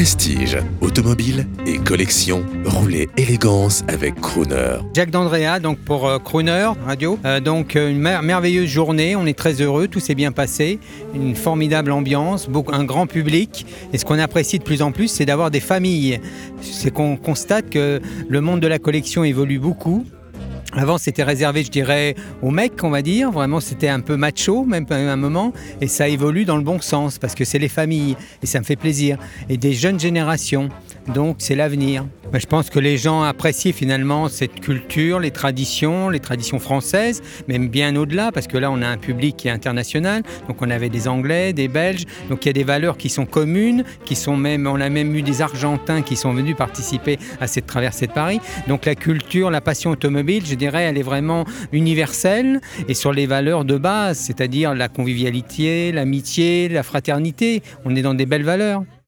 Prestige, automobile et collection, roulez élégance avec Crooner. Jacques d'Andrea, donc pour Crooner Radio. Une merveilleuse journée, on est très heureux, tout s'est bien passé. Une formidable ambiance, un grand public. Et ce qu'on apprécie de plus en plus, c'est d'avoir des familles. C'est qu'on constate que le monde de la collection évolue beaucoup. Avant, c'était réservé, je dirais, aux mecs, on va dire. Vraiment, c'était un peu macho, même à un moment. Et ça évolue dans le bon sens, parce que c'est les familles. Et ça me fait plaisir. Et des jeunes générations. Donc, c'est l'avenir. Je pense que les gens apprécient finalement cette culture, les traditions françaises, même bien au-delà, parce que là, on a un public qui est international. Donc, on avait des Anglais, des Belges. Donc, il y a des valeurs qui sont communes, on a même eu des Argentins qui sont venus participer à cette traversée de Paris. Donc, la culture, la passion automobile, je dirais, elle est vraiment universelle et sur les valeurs de base, c'est-à-dire la convivialité, l'amitié, la fraternité. On est dans des belles valeurs.